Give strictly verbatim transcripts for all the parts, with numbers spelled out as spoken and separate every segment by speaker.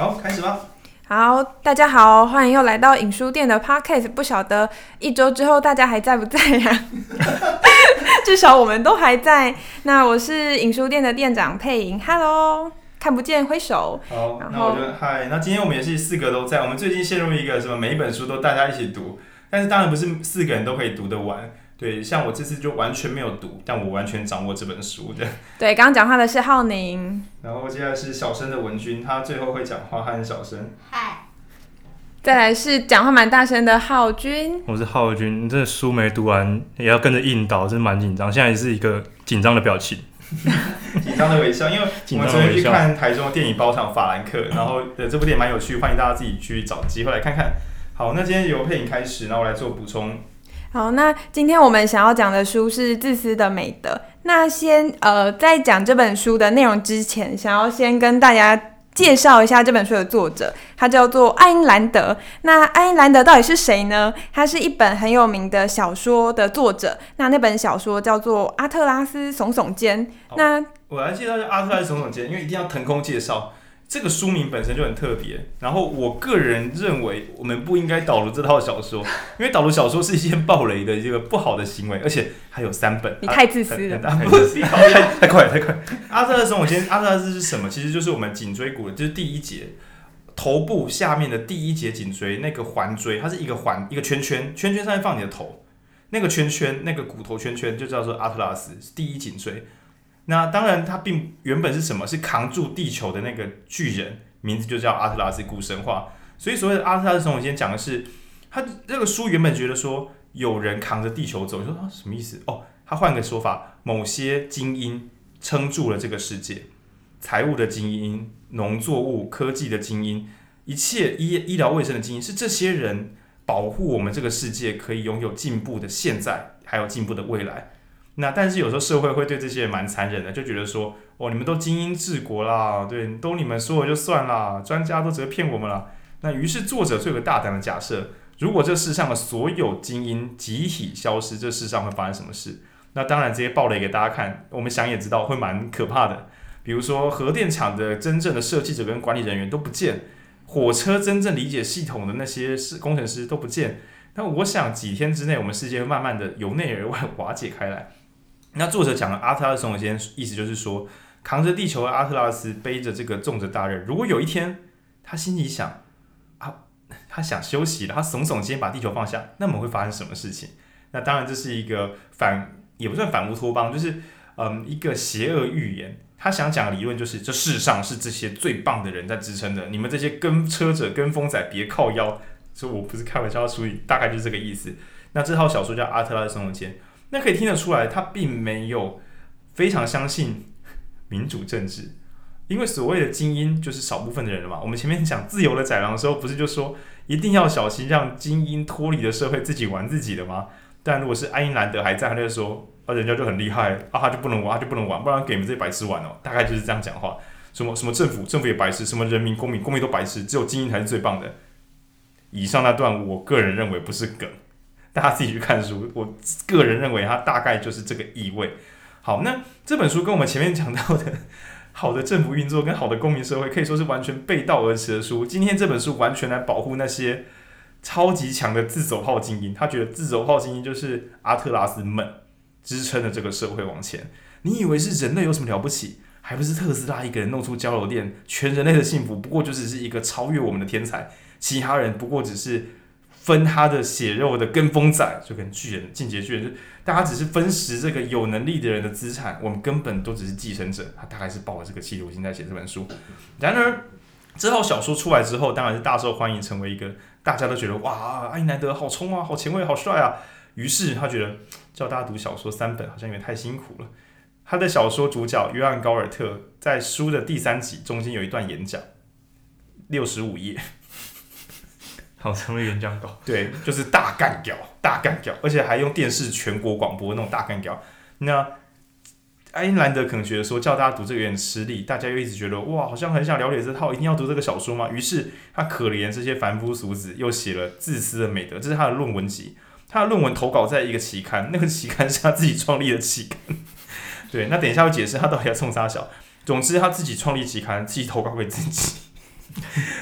Speaker 1: 好，开始吧。
Speaker 2: 好，大家好，欢迎又来到影书店的 Podcast。不晓得一周之后大家还在不在呀？至少我们都还在。那我是影书店的店长佩莹 ，Hello， 看不见挥手。
Speaker 1: 好，那我就嗨。那今天我们也是四个都在。我们最近陷入一个什么，每一本书都大家一起读，但是当然不是四个人都可以读得完。对，像我这次就完全没有读，但我完全掌握这本书的。
Speaker 2: 对，刚刚讲话的是浩宁，
Speaker 1: 然后接下来是小声的文君，他最后会讲话，他很小声。
Speaker 3: 嗨。
Speaker 2: 再来是讲话蛮大声的浩君，
Speaker 4: 我是浩君。这书没读完也要跟着应导，真蛮紧张。现在也是一个紧张的表情，
Speaker 1: 紧张的微笑，因为我们昨天去看台中电影包场法兰克，然后这部电影蛮有趣，欢迎大家自己去找机会来看看。好，那今天由佩颖开始，然后我来做补充。
Speaker 2: 好，那今天我们想要讲的书是《自私的美德》。那先呃，在讲这本书的内容之前，想要先跟大家介绍一下这本书的作者，他叫做爱因兰德。那爱因兰德到底是谁呢？他是一本很有名的小说的作者。那那本小说叫做《阿特拉斯耸耸肩》。那
Speaker 1: 我来介绍一下《阿特拉斯耸耸肩》，因为一定要腾空介绍。这个书名本身就很特别，然后我个人认为我们不应该导读这套小说，因为导读小说是一件暴雷的一个不好的行为，而且还有三本。
Speaker 2: 你太自私了，
Speaker 1: 啊、不是太太快了太快了。阿特拉斯耸耸肩，阿特拉斯是什么？其实就是我们颈椎骨的，就是第一节头部下面的第一节颈椎那个环椎，它是一个环一个圈圈，圈圈上面放你的头，那个圈圈那个骨头圈圈就叫做阿特拉斯，是第一颈椎。那当然，它并原本是什么？是扛住地球的那个巨人，名字就叫阿特拉斯，古神话。所以所谓的阿特拉斯耸耸肩讲的是，他这个书原本觉得说有人扛着地球走，你说啊什么意思？哦，他换个说法，某些精英撑住了这个世界，财务的精英、农作物、科技的精英，一切医医疗卫生的精英，是这些人保护我们这个世界可以拥有进步的现在，还有进步的未来。那但是有时候社会会对这些人蛮残忍的，就觉得说，哦，你们都精英治国啦，对，都你们说了就算啦，专家都只会骗我们啦。那于是作者做一个大胆的假设，如果这世上的所有精英集体消失，这世上会发生什么事？那当然这些暴雷给大家看，我们想也知道会蛮可怕的。比如说核电厂的真正的设计者跟管理人员都不见，火车真正理解系统的那些工程师都不见。那我想几天之内，我们世界会慢慢的由内而外瓦解开来。那作者讲的阿特拉斯耸耸肩，意思就是说，扛着地球的阿特拉斯背着这个重责大任，如果有一天他心里想啊，他想休息了，他耸耸肩把地球放下，那么会发生什么事情？那当然这是一个反，也不算反乌托邦，就是嗯一个邪恶预言。他想讲的理论就是，这世上是这些最棒的人在支撑的，你们这些跟车者、跟风仔别靠腰。所以我不是开玩笑，处理大概就是这个意思。那这套小说叫《阿特拉斯耸耸肩》。那可以听得出来，他并没有非常相信民主政治，因为所谓的精英就是少部分的人了嘛。我们前面讲自由的宰狼的时候，不是就说一定要小心让精英脱离了社会，自己玩自己的吗？但如果是爱因兰德还在，他就说啊，人家就很厉害啊，他就不能玩，他就不能玩，不然给你们这些白痴玩哦。大概就是这样讲话。什么什么政府，政府也白痴；什么人民、公民，公民都白痴，只有精英才是最棒的。以上那段，我个人认为不是梗。大家自己去看书，我个人认为它大概就是这个意味。好，那这本书跟我们前面讲到的好的政府运作跟好的公民社会可以说是完全背道而驰的书。今天这本书完全来保护那些超级强的自走炮精英，他觉得自走炮精英就是阿特拉斯们支撑了这个社会往前。你以为是人类有什么了不起？还不是特斯拉一个人弄出交流电，全人类的幸福不过就只是一个超越我们的天才，其他人不过只是分他的血肉的跟风仔，就跟巨人、进阶巨人，就大家只是分食这个有能力的人的资产，我们根本都只是继承者。他大概是抱了这个企图心在写这本书。然而，这套小说出来之后，当然是大受欢迎，成为一个大家都觉得哇，爱因兰德好冲啊，好前卫，好帅啊。于是他觉得叫大家读小说三本好像有点太辛苦了。他的小说主角约翰·高尔特在书的第三集中间有一段演讲，六十五页。
Speaker 4: 好长的演讲稿，
Speaker 1: 对，就是大干屌，大干屌，而且还用电视全国广播那种大干屌。那爱因兰德可能觉得说叫大家读这个有点吃力，大家又一直觉得哇，好像很想了解这套，一定要读这个小说吗？于是他可怜这些凡夫俗子，又写了《自私的美德》，这是他的论文集。他的论文投稿在一个期刊，那个期刊是他自己创立的期刊。对，那等一下会解释他到底要冲啥小。总之，他自己创立期刊，自己投稿给自己。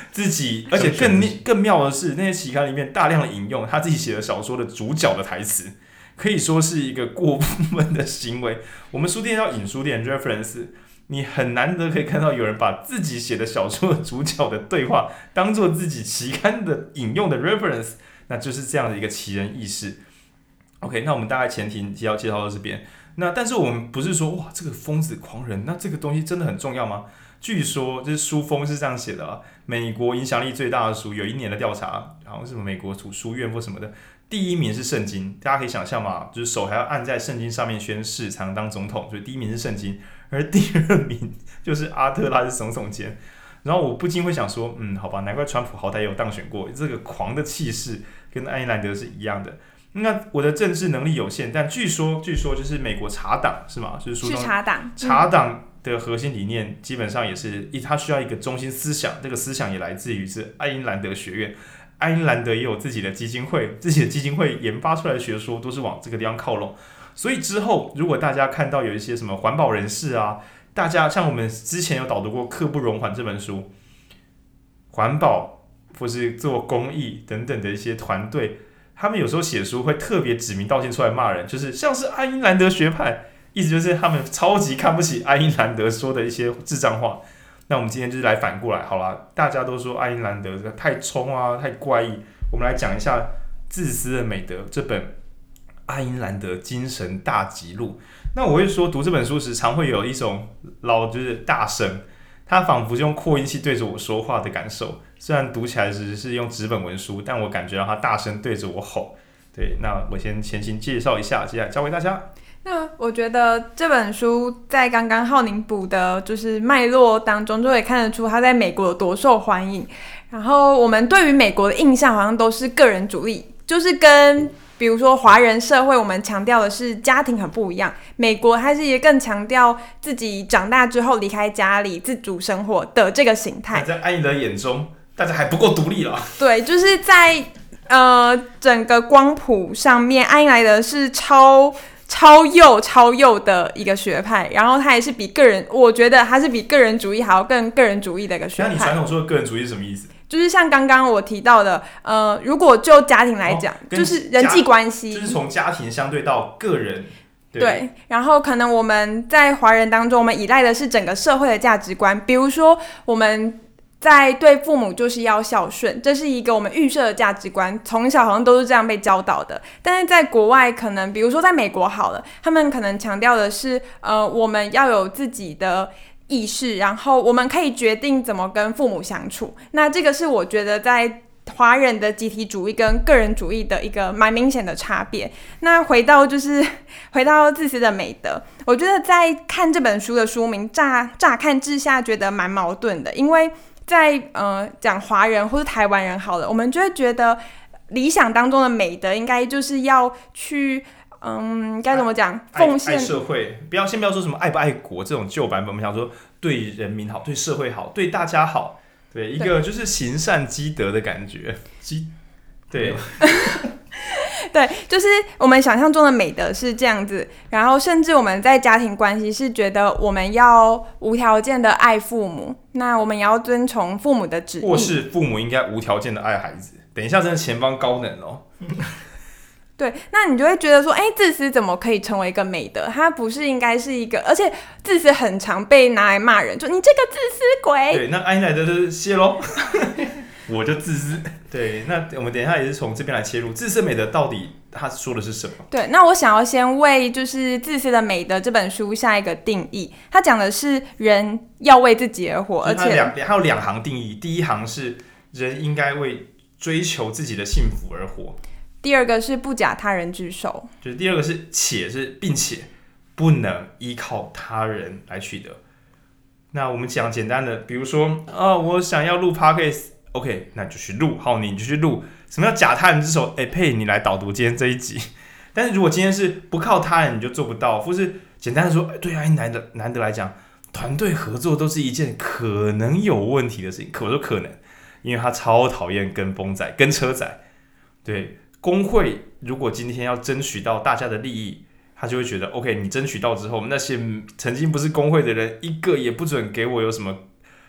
Speaker 1: 自己，而且更更妙的是，那些期刊里面大量的引用他自己写的小说的主角的台词，可以说是一个过分的行为。我们书店要引书店 reference， 你很难得可以看到有人把自己写的小说的主角的对话当做自己期刊的引用的 reference， 那就是这样的一个奇人异事。OK， 那我们大概前提要介绍到这边。那但是我们不是说哇这个疯子狂人，那这个东西真的很重要吗？据说就是书封是这样写的啊，美国影响力最大的书有一年的调查，好像是什么美国图书院或什么的，第一名是圣经，大家可以想象嘛，就是手还要按在圣经上面宣誓才能当总统，所以第一名是圣经，而第二名就是阿特拉斯耸耸肩。然后我不禁会想说，嗯，好吧，难怪川普好歹也有当选过，这个狂的气势跟安伊兰德是一样的。那我的政治能力有限，但据说据说就是美国茶党是吗？就是书中
Speaker 2: 是茶党，
Speaker 1: 茶党的核心理念基本上也是，它需要一个中心思想，这个思想也来自于是爱因兰德学院。爱因兰德也有自己的基金会，自己的基金会研发出来的学说都是往这个地方靠拢。所以之后如果大家看到有一些什么环保人士啊，大家像我们之前有导读过《刻不容缓》这本书，环保或是做公益等等的一些团队，他们有时候写书会特别指名道姓出来骂人，就是像是爱因兰德学派，意思就是他们超级看不起爱因兰德说的一些智障话。那我们今天就是来反过来，好啦，大家都说爱因兰德太冲啊，太怪异，我们来讲一下《自私的美德》这本爱因兰德精神大辑录。那我会说读这本书时常会有一种老就是大声，他仿佛用扩音器对着我说话的感受，虽然读起来只是用纸本文书，但我感觉到他大声对着我吼。对，那我先前行介绍一下，接下来交给大家。
Speaker 2: 那我觉得这本书在刚刚浩宁补的就是脉络当中，就可以看得出它在美国有多受欢迎。然后我们对于美国的印象好像都是个人主义，就是跟比如说华人社会我们强调的是家庭很不一样，美国还是也更强调自己长大之后离开家里自主生活的这个形态。
Speaker 1: 在安妮的眼中大家还不够独立了。
Speaker 2: 对，就是在呃整个光谱上面，安妮来的是超超右超右的一个学派，然后他也是比个人，我觉得他是比个人主义还要更个人主义的一个学派。
Speaker 1: 那你传统说的个人主义是什么意思？
Speaker 2: 就是像刚刚我提到的，呃，如果就家庭来讲，
Speaker 1: 哦、
Speaker 2: 就是人际关系，
Speaker 1: 就是从家庭相对到个人。对，
Speaker 2: 对，然后可能我们在华人当中，我们依赖的是整个社会的价值观，比如说我们在对父母就是要孝顺，这是一个我们预设的价值观，从小好像都是这样被教导的。但是在国外，可能比如说在美国好了，他们可能强调的是，呃，我们要有自己的意识，然后我们可以决定怎么跟父母相处。那这个是我觉得在华人的集体主义跟个人主义的一个蛮明显的差别。那回到就是回到自私的美德，我觉得在看这本书的书名乍乍看之下觉得蛮矛盾的，因为在呃讲华人或是台湾人好了，我们就会觉得理想当中的美德应该就是要去嗯该怎么讲奉献
Speaker 1: 爱社会，不要先不要说什么爱不爱国这种旧版本，我们想说对人民好，对社会好，对大家好，对一个就是行善积德的感觉，积对。
Speaker 2: 对，就是我们想象中的美德是这样子，然后甚至我们在家庭关系是觉得我们要无条件的爱父母，那我们也要遵从父母的旨意，
Speaker 1: 或是父母应该无条件的爱孩子。等一下，真的前方高能哦。
Speaker 2: 对，那你就会觉得说，哎，自私怎么可以成为一个美德？它不是应该是一个，而且自私很常被拿来骂人，就你这个自私鬼。
Speaker 1: 对，那安奈的就是谢咯。我就自私。对，那我们等一下也是从这边来切入，自私美德到底他说的是什么？
Speaker 2: 对，那我想要先为就是《自私的美德》这本书下一个定义，它讲的是人要为自己而活，而且
Speaker 1: 它有两行定义，第一行是人应该为追求自己的幸福而活，
Speaker 2: 第二个是不假他人之手，
Speaker 1: 就是第二个是且是并且不能依靠他人来取得。那我们讲简单的，比如说啊，我想要录 podcast。OK， 那就去录，好，你就去录。什么叫假他人之手？哎，配你来导读今天这一集。但是如果今天是不靠他人，你就做不到，或是简单的说，对啊，难得难得来讲，团队合作都是一件可能有问题的事情。可我说可能，因为他超讨厌跟风仔、跟车仔。对，工会如果今天要争取到大家的利益，他就会觉得 ，OK， 你争取到之后，那些曾经不是工会的人，一个也不准给我有什么。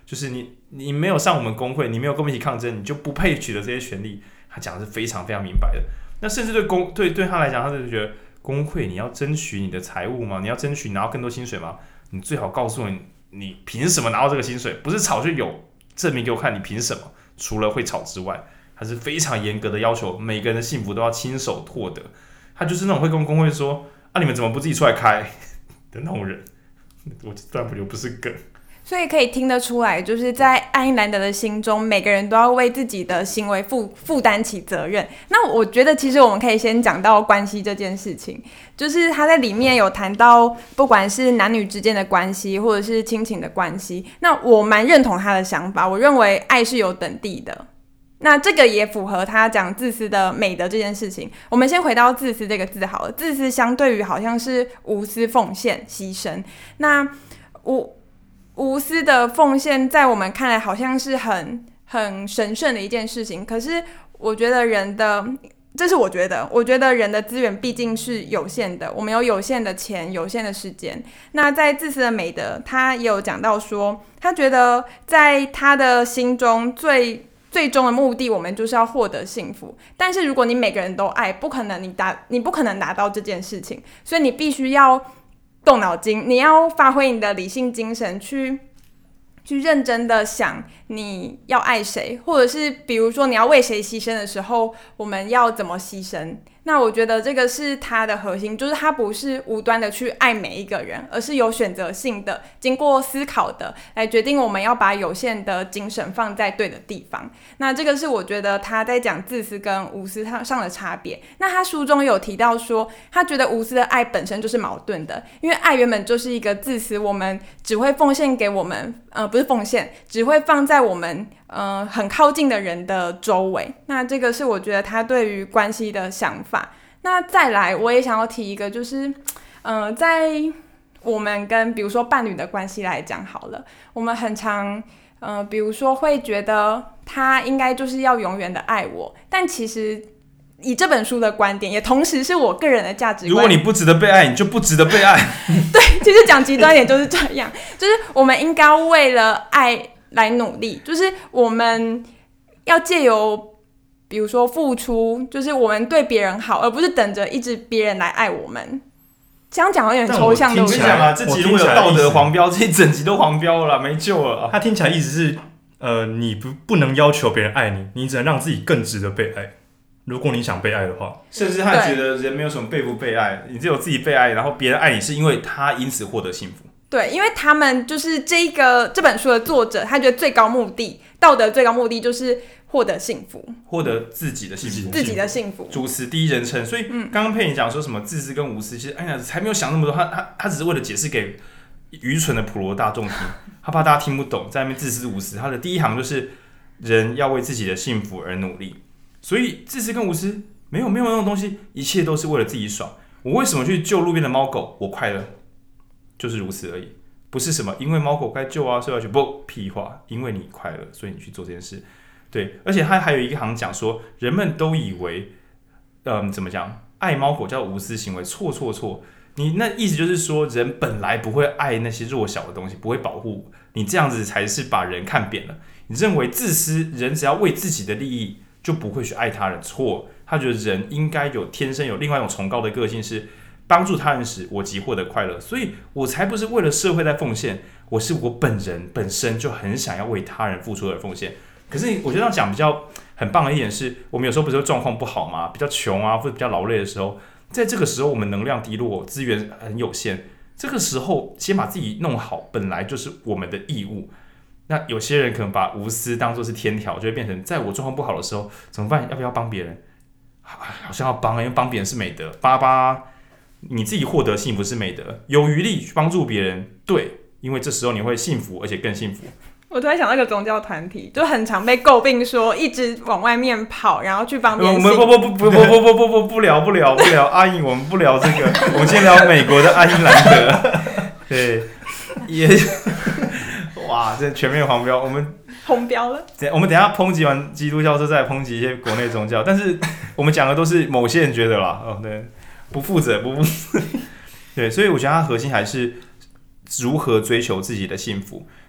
Speaker 1: 就是你你没有上我们工会，你没有跟我们一起抗争，你就不配取得这些权利。他讲的是非常非常明白的。那甚至对工对对他来讲，他就觉得工会你要争取你的财务吗？你要争取拿到更多薪水吗？你最好告诉我你你凭什么拿到这个薪水？不是吵就有，证明给我看你凭什么？除了会吵之外，他是非常严格的要求每个人的幸福都要亲手获得。他就是那种会跟工会说啊，你们怎么不自己出来开的那种人。我断不了不是梗。
Speaker 2: 所以可以听得出来，就是在爱因兰德的心中，每个人都要为自己的行为负负担起责任。那我觉得，其实我们可以先讲到关系这件事情，就是他在里面有谈到，不管是男女之间的关系，或者是亲情的关系。那我蛮认同他的想法，我认为爱是有等地的。那这个也符合他讲自私的美德这件事情。我们先回到自私这个字好了，自私相对于好像是无私奉献牺牲。那无无私的奉献在我们看来好像是很很神圣的一件事情，可是我觉得人的这是我觉得我觉得人的资源毕竟是有限的，我们有有限的钱，有限的时间。那在自私的美德他也有讲到说，他觉得在他的心中最最终的目的，我们就是要获得幸福。但是如果你每个人都爱，不可能你达你不可能达到这件事情，所以你必须要动脑筋，你要发挥你的理性精神去去认真的想你要爱谁，或者是比如说你要为谁牺牲的时候，我们要怎么牺牲。那我觉得这个是他的核心，就是他不是无端的去爱每一个人，而是有选择性的经过思考的来决定我们要把有限的精神放在对的地方。那这个是我觉得他在讲自私跟无私上的差别。那他书中有提到说，他觉得无私的爱本身就是矛盾的，因为爱原本就是一个自私，我们只会奉献给我们呃不是奉献，只会放在我们呃很靠近的人的周围。那这个是我觉得他对于关系的想法。那再来我也想要提一个，就是呃在我们跟比如说伴侣的关系来讲好了，我们很常呃比如说会觉得他应该就是要永远的爱我，但其实以这本书的观点，也同时是我个人的价值观，
Speaker 1: 如果你不值得被爱，你就不值得被爱。
Speaker 2: 对，其实讲极端点就是这样，就是我们应该为了爱来努力，就是我们要借由比如说付出，就是我们对别人好，而不是等着一直别人来爱我们。这样讲有点抽象，对不对？
Speaker 1: 我跟你讲啊，这集如果有道德黄标，这一整集都黄标了啦，没救了啦。
Speaker 4: 他听起来意思是，呃，你不不能要求别人爱你，你只能让自己更值得被爱。如果你想被爱的话，
Speaker 1: 甚至他觉得人没有什么被不被爱，你只有自己被爱，然后别人爱你是因为他因此获得幸福。
Speaker 2: 对，因为他们就是这个这本书的作者，他觉得最高目的，道德最高目的就是获得幸福，
Speaker 1: 获得自己的幸福，
Speaker 2: 自己的幸福，
Speaker 1: 主持第一人称。所以刚刚佩妮讲说什么自私跟无私，其实哎呀才没有想那么多，他他他只是为了解释给愚蠢的普罗大众听，他怕大家听不懂，在那边自私无私。他的第一行就是人要为自己的幸福而努力，所以自私跟无私没有没有那种东西，一切都是为了自己爽。我为什么去救路边的猫狗？我快乐。就是如此而已，不是什么因为猫狗该救啊，所以要去不屁话，因为你快乐，所以你去做这件事。对，而且他还有一行讲说，人们都以为，嗯，怎么讲，爱猫狗叫无私行为，错错错。你那意思就是说，人本来不会爱那些弱小的东西，不会保护你，这样子才是把人看扁了。你认为自私，人只要为自己的利益，就不会去爱他人，错。他觉得人应该有天生有另外一种崇高的个性是。帮助他人时，我即获得快乐，所以我才不是为了社会在奉献，我是我本人本身就很想要为他人付出而奉献。可是我觉得这样讲比较很棒的一点是，我们有时候不是状况不好吗？比较穷啊，或者比较劳累的时候，在这个时候我们能量低落，资源很有限，这个时候先把自己弄好，本来就是我们的义务。那有些人可能把无私当作是天条，就会变成在我状况不好的时候怎么办？要不要帮别人？好像要帮，因为帮别人是美德，巴巴。你自己获得幸福是美德，有余力去帮助别人，对，因为这时候你会幸福，而且更幸福。
Speaker 2: 我突然想到一个宗教团体，就很常被诟病说一直往外面跑，然后去帮别人。
Speaker 1: 我们不不不不不不不不不不聊不聊不聊阿英，我们不聊这个，我们先聊美国的阿英兰德。对，也哇，这全面黄标，我们
Speaker 2: 红标了。
Speaker 1: 我们等一下抨击完基督教之后，再抨击一些国内宗教，但是我们讲的都是某些人觉得啦，哦对。不负责，不负责。对，所以我觉得它核心还是如何追求自己的幸福。那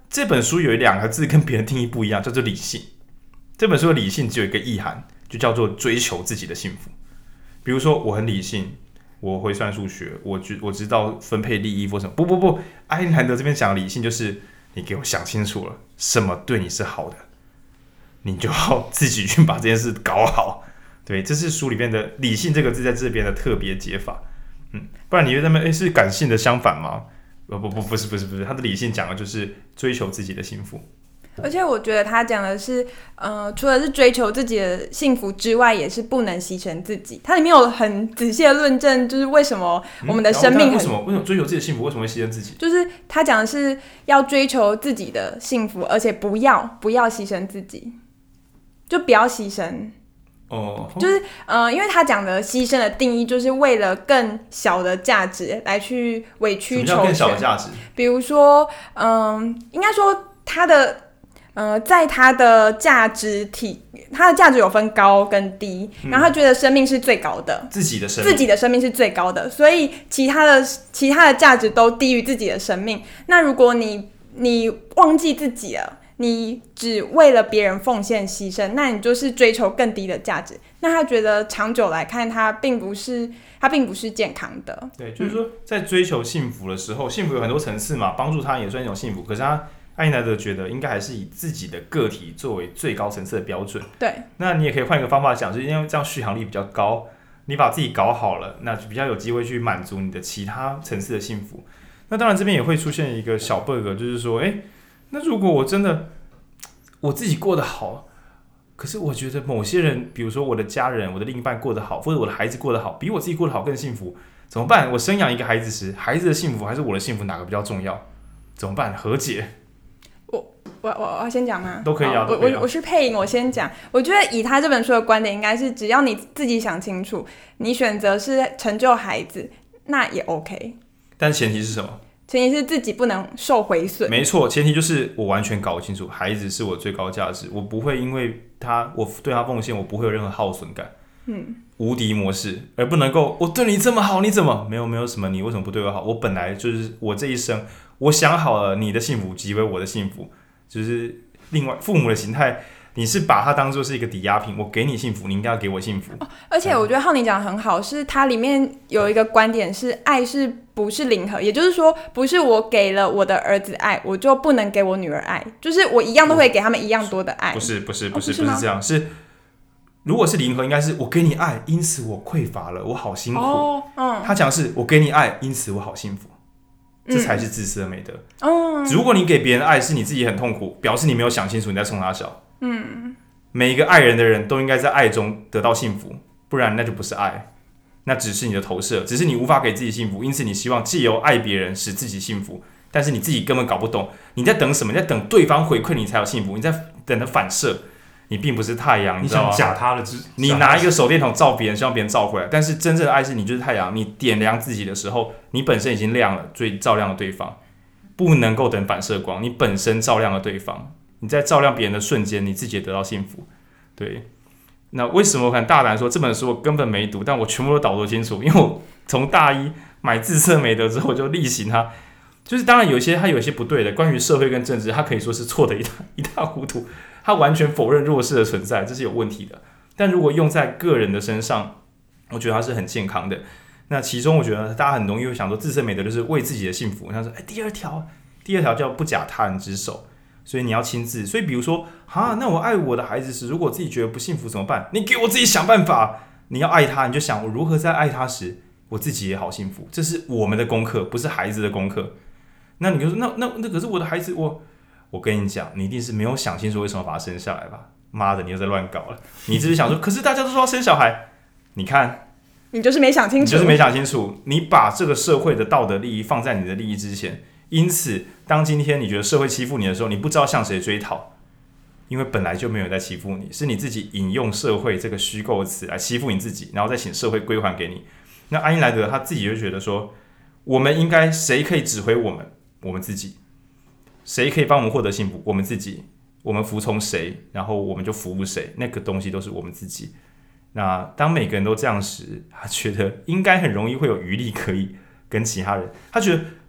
Speaker 1: 这本书有两个字跟别人定义不一样，叫做理性。这本书的理性只有一个意涵，就叫做追求自己的幸福。比如说，我很理性，我会算数学，我知我知道分配利益或什么。不不不，艾因兰德这边讲的理性就是你给我想清楚了，什么对你是好的，你就要自己去把这件事搞好。对，这是书里面的理性这个字在这边的特别解法。嗯，不然你觉得他们是感性的相反吗？不不不，不是不是不是，他的理性讲的就是追求自己的幸福。
Speaker 2: 而且我觉得他讲的是，呃，除了是追求自己的幸福之外，也是不能牺牲自己。它里面有很仔细的论证，就是为什么我们的生命很、
Speaker 1: 嗯、为什么为什么追求自己的幸福，为什么会牺牲自己？
Speaker 2: 就是他讲的是要追求自己的幸福，而且不要不要牺牲自己，就不要牺牲。
Speaker 1: 哦，
Speaker 2: 就是呃，因为他讲的牺牲的定义，就是为了更小的价值来去委曲求全。
Speaker 1: 什么叫更小的价值？
Speaker 2: 比如说，嗯、呃，应该说他的。呃，在他的价值体，他的价值有分高跟低，嗯、然后他觉得生命是最高的，
Speaker 1: 自己的生命，
Speaker 2: 自己的生命是最高的，所以其他的其他的价值都低于自己的生命。那如果你你忘记自己了，你只为了别人奉献牺牲，那你就是追求更低的价值。那他觉得长久来看，他并不是他并不是健康的。
Speaker 1: 对，就是说在追求幸福的时候，幸福有很多层次嘛，帮助他也算一种幸福，可是他。艾因兰德觉得应该还是以自己的个体作为最高层次的标准。
Speaker 2: 对，
Speaker 1: 那你也可以换一个方法讲，就是因为这样续航力比较高，你把自己搞好了，那就比较有机会去满足你的其他层次的幸福。那当然这边也会出现一个小 bug， 就是说，哎，那如果我真的我自己过得好，可是我觉得某些人，比如说我的家人、我的另一半过得好，或者我的孩子过得好，比我自己过得好更幸福，怎么办？我生养一个孩子时，孩子的幸福还是我的幸福，哪个比较重要？怎么办？和解。
Speaker 2: 我我我要先讲吗？
Speaker 1: 都可以啊，
Speaker 2: 我
Speaker 1: 都可以啊。
Speaker 2: 我我是配音，我先讲。我觉得以他这本书的观点，应该是只要你自己想清楚，你选择是成就孩子，那也 OK。
Speaker 1: 但前提是什么？
Speaker 2: 前提是自己不能受毁损。
Speaker 1: 没错，前提就是我完全搞不清楚，孩子是我最高价值，我不会因为他我对他奉献，我不会有任何耗损感。嗯，无敌模式，而不能够我对你这么好，你怎么没有没有什么？你为什么不对我好？我本来就是我这一生，我想好了，你的幸福即为我的幸福，就是另外父母的形态，你是把它当作是一个抵押品，我给你幸福，你应该要给我幸福。
Speaker 2: 哦、而且我觉得浩宁讲得很好，是它里面有一个观点是爱是不是零和，也就是说，不是我给了我的儿子爱，我就不能给我女儿爱，就是我一样都会给他们一样多的爱。
Speaker 1: 不是不是不是、
Speaker 2: 哦、不, 是
Speaker 1: 不是这样，是。如果是零和，应该是我给你爱，因此我匮乏了，我好辛苦。
Speaker 2: 哦嗯、
Speaker 1: 他讲是我给你爱，因此我好幸福，这才是自私的美德。
Speaker 2: 嗯、
Speaker 1: 如果你给别人爱是你自己很痛苦，表示你没有想清楚你在冲他笑。嗯，每一个爱人的人都应该在爱中得到幸福，不然那就不是爱，那只是你的投射，只是你无法给自己幸福，因此你希望藉由爱别人使自己幸福，但是你自己根本搞不懂你在等什么，你在等对方回馈你才有幸福，你在等的反射。你并不是太阳，
Speaker 4: 你
Speaker 1: 知道吗？
Speaker 4: 想假他的，
Speaker 1: 你拿一个手电筒照别人，希望别人照回来。但是真正的爱是你就是太阳，你点亮自己的时候，你本身已经亮了，所以照亮了对方。不能够等反射光，你本身照亮了对方。你在照亮别人的瞬间，你自己也得到幸福。对，那为什么我很大胆说这本书我根本没读，但我全部都导读清楚？因为我从大一买自色美德之后就力行它。就是当然有一些它有一些不对的，关于社会跟政治，它可以说是错的一塌一塌糊涂。他完全否认弱势的存在，这是有问题的。但如果用在个人的身上，我觉得它是很健康的。那其中，我觉得大家很容易会想说，自身美德就是为自己的幸福。他说：“哎，第二条，第二条叫不假他人之手，所以你要亲自。所以，比如说，啊，那我爱我的孩子时，如果自己觉得不幸福怎么办？你给我自己想办法。你要爱他，你就想我如何在爱他时，我自己也好幸福。这是我们的功课，不是孩子的功课。那你就说，那那那可是我的孩子，我。”我跟你讲，你一定是没有想清楚为什么把他生下来吧？妈的，你又在乱搞了！你只是想说，可是大家都说要生小孩，你看，
Speaker 2: 你就是没想清楚，
Speaker 1: 你就是没想清楚。你把这个社会的道德利益放在你的利益之前，因此，当今天你觉得社会欺负你的时候，你不知道向谁追讨，因为本来就没有人在欺负你，是你自己引用社会这个虚构的词来欺负你自己，然后再请社会归还给你。那安因莱德他自己就觉得说，我们应该谁可以指挥我们？我们自己。谁可以帮我们获得幸福？我们自己。我们服从谁，然后我们就服务谁。那个东西都是我们自己。那当每个人都这样时，他觉得应该很容易会有余力可以跟其他人。他觉得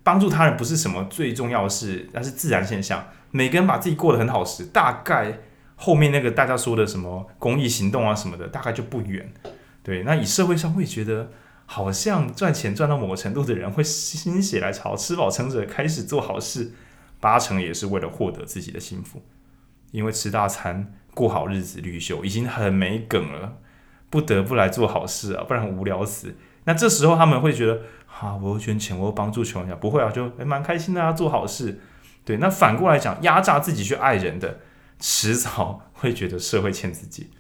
Speaker 1: 帮助他人不是什么最重要的事，那是自然现象。每个人把自己过得很好时，大概后面那个大家说的什么公益行动啊什么的，大概就不远。对，那以社会上会觉得，好像赚钱赚到某个程度的人会心血来潮，吃饱撑着开始做好事，八成也是为了获得自己的幸福。因为吃大餐、过好日子、旅游已经很没梗了，不得不来做好事啊，不然无聊死。那这时候他们会觉得，啊，我又捐钱，我又帮助穷人，不会啊，就还蛮开心的啊，做好事。对，那反过来讲，压榨自己去爱人的，迟早会觉得社会欠自己。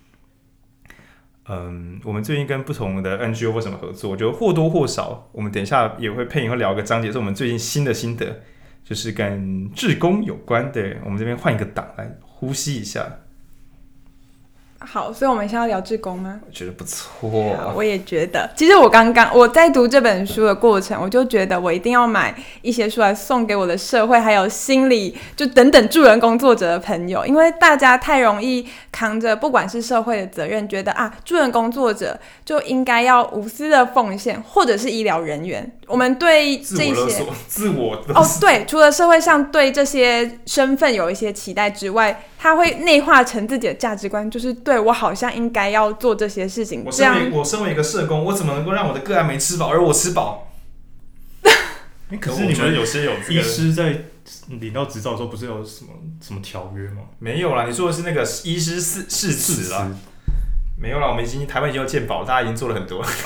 Speaker 1: 嗯，我们最近跟不同的 N G O 或什么合作，我觉得或多或少，我们等一下也会配音会聊个章节，是我们最近新的心得，就是跟志工有关的。我们这边换一个档来呼吸一下。
Speaker 2: 好，所以我们现在要聊志工吗？
Speaker 1: 我觉得不错。
Speaker 2: 我也觉得。其实我刚刚我在读这本书的过程，我就觉得我一定要买一些书来送给我的社会还有心理就等等助人工作者的朋友，因为大家太容易扛着不管是社会的责任，觉得啊助人工作者就应该要无私的奉献，或者是医疗人员。我们对这些
Speaker 1: 自我勒索、自我勒索
Speaker 2: 哦，对，除了社会上对这些身份有一些期待之外，它会内化成自己的价值观，就是对我好像应该要做这些事情。
Speaker 1: 我
Speaker 2: 这样，
Speaker 1: 身为我身为一个社工，我怎么能够让我的个案没吃饱，而我吃饱？
Speaker 4: 可是你们
Speaker 1: 有些有、这个、
Speaker 4: 医师在领到执照的时候，不是有什么什么条约吗？
Speaker 1: 没有啦，你说的是那个医师誓誓词啦。没有啦，我们已经台湾已经有健保，大家已经做了很多。OK 。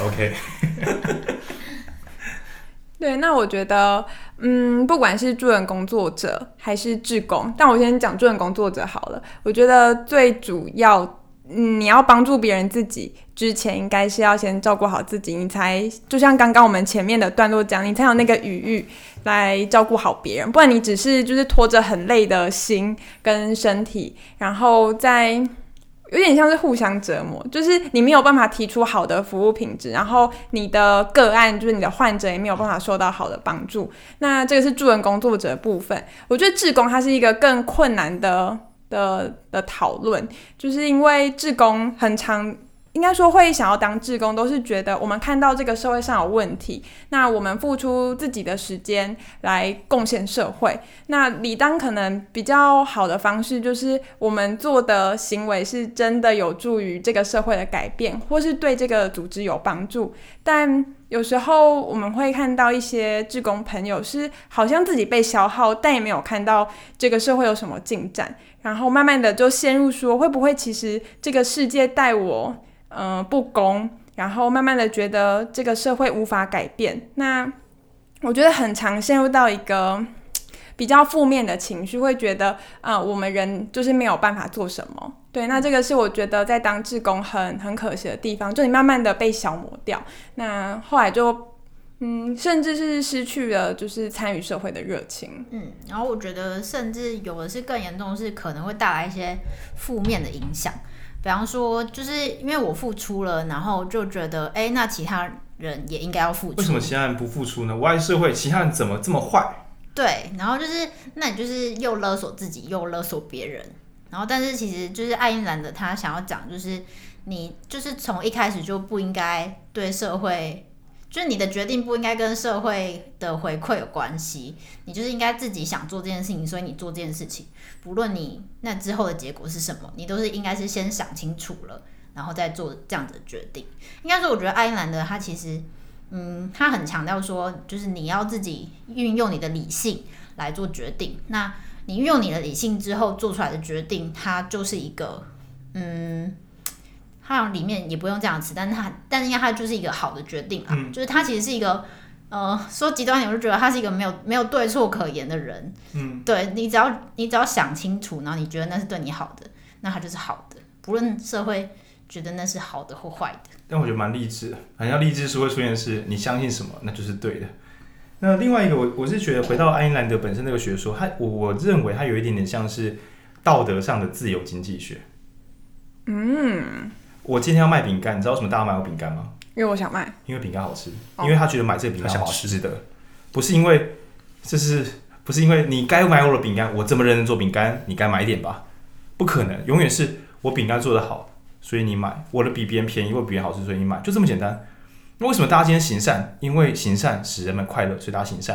Speaker 2: 对，那我觉得，嗯，不管是助人工作者还是志工，但我先讲助人工作者好了。我觉得最主要，嗯，你要帮助别人自己之前，应该是要先照顾好自己，你才就像刚刚我们前面的段落讲，你才有那个余裕来照顾好别人。不然你只是就是拖着很累的心跟身体，然后再。有点像是互相折磨，就是你没有办法提出好的服务品质，然后你的个案就是你的患者也没有办法受到好的帮助。那这个是助人工作者的部分。我觉得志工它是一个更困难的的的讨论，就是因为志工很常。应该说会想要当志工，都是觉得我们看到这个社会上有问题，那我们付出自己的时间来贡献社会。那理当可能比较好的方式，就是我们做的行为是真的有助于这个社会的改变，或是对这个组织有帮助。但有时候我们会看到一些志工朋友是好像自己被消耗，但也没有看到这个社会有什么进展，然后慢慢的就陷入说会不会其实这个世界待我呃，不公，然后慢慢的觉得这个社会无法改变。那我觉得很常陷入到一个比较负面的情绪，会觉得呃，我们人就是没有办法做什么。对，那这个是我觉得在当志工很很可惜的地方，就你慢慢的被消磨掉，那后来就嗯，甚至是失去了就是参与社会的热情。
Speaker 3: 嗯，然后我觉得甚至有的是更严重的是可能会带来一些负面的影响。比方说，就是因为我付出了，然后就觉得，哎，那其他人也应该要付出。
Speaker 1: 为什么其他人不付出呢？我爱社会，其他人怎么这么坏？
Speaker 3: 对，然后就是，那你就是又勒索自己，又勒索别人。然后，但是其实就是爱因兰的他想要讲，就是你就是从一开始就不应该对社会。就是你的决定不应该跟社会的回馈有关系，你就是应该自己想做这件事情，所以你做这件事情，不论你那之后的结果是什么，你都是应该是先想清楚了，然后再做这样子的决定。应该说，我觉得爱因兰德他其实，嗯，他很强调说，就是你要自己运用你的理性来做决定。那你运用你的理性之后做出来的决定，它就是一个，嗯。它好像里面也不用这样词，但是它，但是应该它就是一个好的决定啊，嗯、就是它其实是一个，呃，说极端点，我就觉得他是一个没有没有对错可言的人，嗯，对你只要你只要想清楚，然后你觉得那是对你好的，那它就是好的，不论社会觉得那是好的或坏的。
Speaker 1: 但我觉得蛮励志的，好像励志书会出现的是你相信什么，那就是对的。那另外一个我我是觉得回到爱因兰德本身那个学说，他我我认为它有一点点像是道德上的自由经济学，嗯。我今天要卖饼干，你知道为什么大家买我饼干吗？
Speaker 2: 因为我想卖，
Speaker 1: 因为饼干好吃，因为他觉得买这个饼干好吃的，不是因为就是不是因为你该买我的饼干，我这么认真做饼干，你该买一点吧？不可能，永远是我饼干做得好，所以你买，我的比别人便宜或比别人好吃，所以你买，就这么简单。那为什么大家今天行善？因为行善使人们快乐，所以大家行善。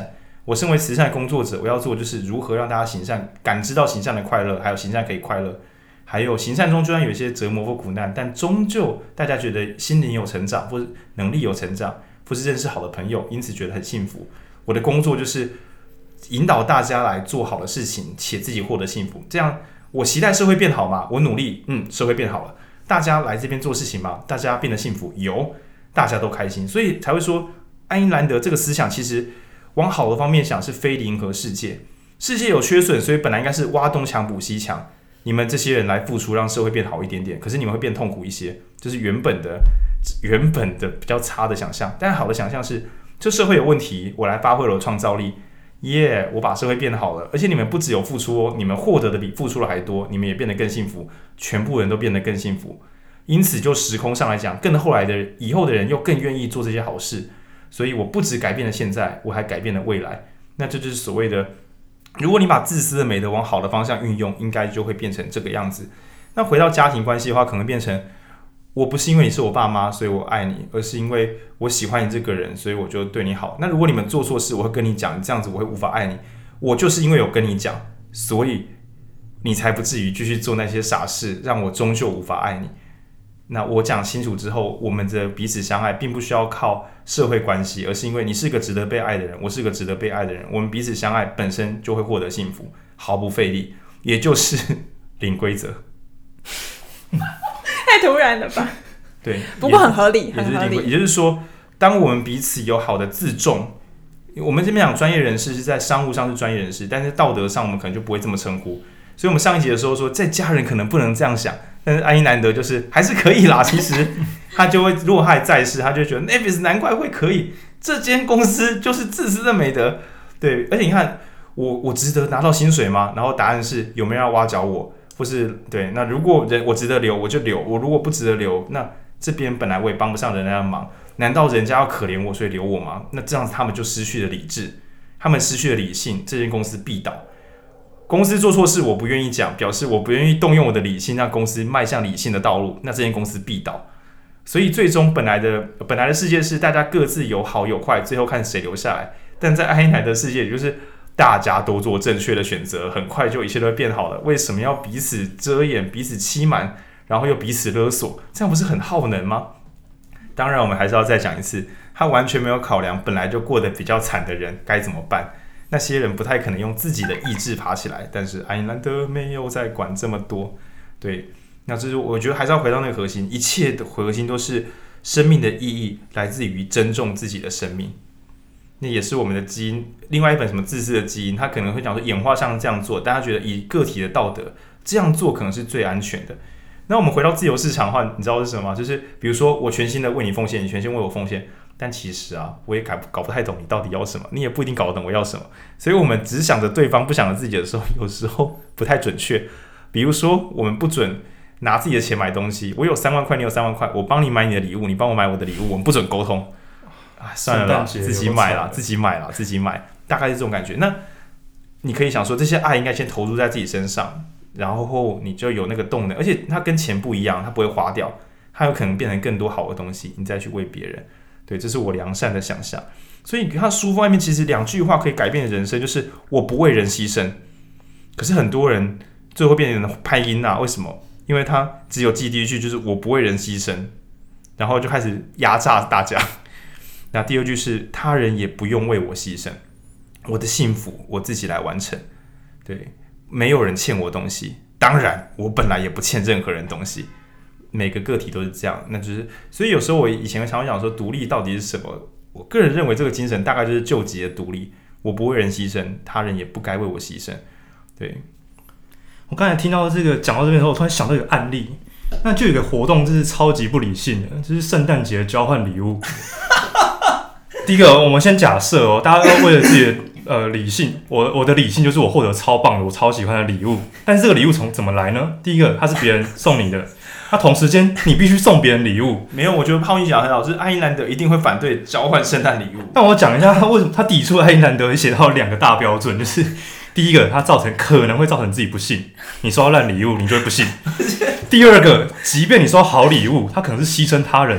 Speaker 1: 我身为慈善工作者，我要做的就是如何让大家行善，感知到行善的快乐，还有行善可以快乐，还有行善中就算有一些折磨或苦难，但终究大家觉得心灵有成长，或是能力有成长，或是认识好的朋友，因此觉得很幸福。我的工作就是引导大家来做好的事情，且自己获得幸福。这样我期待社会变好吗？我努力，嗯，社会变好了。大家来这边做事情吗？大家变得幸福，有，大家都开心，所以才会说爱因兰德这个思想其实往好的方面想是非零和世界，世界有缺损，所以本来应该是挖东墙补西墙，你们这些人来付出，让社会变好一点点，可是你们会变痛苦一些，就是原本的原本的比较差的想象。但好的想象是，这社会有问题，我来发挥我的创造力，耶、yeah, 我把社会变好了，而且你们不只有付出哦，你们获得的比付出的还多，你们也变得更幸福，全部人都变得更幸福。因此就时空上来讲，更后来的人以后的人又更愿意做这些好事，所以我不只改变了现在，我还改变了未来。那这就是所谓的，如果你把自私的美德往好的方向运用，应该就会变成这个样子。那回到家庭关系的话，可能变成我不是因为你是我爸妈所以我爱你，而是因为我喜欢你这个人所以我就对你好。那如果你们做错事，我会跟你讲，这样子我会无法爱你。我就是因为有跟你讲，所以你才不至于继续做那些傻事，让我终究无法爱你。那我讲清楚之后，我们的彼此相爱并不需要靠社会关系，而是因为你是个值得被爱的人，我是个值得被爱的人，我们彼此相爱本身就会获得幸福，毫不费力，也就是零规则。
Speaker 2: 太突然了吧？
Speaker 1: 对，
Speaker 2: 不过很合理，
Speaker 1: 也
Speaker 2: 很合理。
Speaker 1: 也就是说，当我们彼此有好的自重，我们这边讲专业人士是在商务上是专业人士，但是道德上我们可能就不会这么称呼。所以我们上一集的时候说，在家人可能不能这样想，但是爱因兰德就是还是可以啦。其实他就会，如果他还在世，他就会觉得 Nevis 难怪会可以，这间公司就是自私的美德。对，而且你看，我我值得拿到薪水吗？然后答案是有没有人要挖角我，或是对，那如果人我值得留，我就留；我如果不值得留，那这边本来我也帮不上人家的忙，难道人家要可怜我所以留我吗？那这样子他们就失去了理智，他们失去了理性，这间公司必倒。公司做错事我不愿意讲，表示我不愿意动用我的理性让公司迈向理性的道路，那这间公司必倒。所以最终本来的本来的世界是大家各自有好有坏，最后看谁留下来。但在爱因兰德世界，也就是大家都做正确的选择，很快就一切都会变好了。为什么要彼此遮掩、彼此欺瞒，然后又彼此勒索？这样不是很耗能吗？当然，我们还是要再讲一次，他完全没有考量本来就过得比较惨的人该怎么办。那些人不太可能用自己的意志爬起来，但是爱因兰德没有在管这么多。对，那这是我觉得还是要回到那个核心，一切的核心都是生命的意义来自于珍重自己的生命。那也是我们的基因。另外一本什么自私的基因，他可能会讲说演化上这样做，但他觉得以个体的道德这样做可能是最安全的。那我们回到自由市场的话，你知道是什么吗？就是比如说我全心的为你奉献，你全心为我奉献。但其实啊，我也搞搞不太懂你到底要什么，你也不一定搞得懂我要什么。所以我们只想着对方，不想着自己的时候，有时候不太准确。比如说，我们不准拿自己的钱买东西，我有三万块，你有三万块，我帮你买你的礼物，你帮我买我的礼物，我们不准沟通。啊，算了啦，自己买啦，自己买啦，自己买，大概是这种感觉。那你可以想说，这些爱应该先投入在自己身上，然后你就有那个动能，而且它跟钱不一样，它不会花掉，它有可能变成更多好的东西，你再去为别人。对，这是我良善的想象。所以你看书外面其实两句话可以改变人生，就是我不为人牺牲。可是很多人最后变成拍音啊，为什么？因为他只有记第一句就是我不为人牺牲，然后就开始压榨大家。那第二句是他人也不用为我牺牲，我的幸福我自己来完成。对，没有人欠我东西，当然我本来也不欠任何人东西。每个个体都是这样，那就是所以有时候我以前常常讲说独立到底是什么？我个人认为这个精神大概就是救急的独立，我不为人牺牲，他人也不该为我牺牲。对，
Speaker 4: 我刚才听到这个讲到这边的时候，我突然想到一个案例，那就有一个活动就是超级不理性的，就是圣诞节交换礼物。第一个，我们先假设哦，大家都为了自己的呃理性，我我的理性就是我获得超棒的，我超喜欢的礼物，但是这个礼物从怎么来呢？第一个，它是别人送你的。那同时间，你必须送别人礼物。
Speaker 1: 没有，我觉得浩英讲很好，就是爱因兰德一定会反对交换圣诞礼物。
Speaker 4: 那我讲一下他为什么他抵触爱因兰德，写到两个大标准，就是第一个，他造成可能会造成自己不幸，你收到烂礼物，你就会不幸。第二个，即便你收到好礼物，他可能是牺牲他人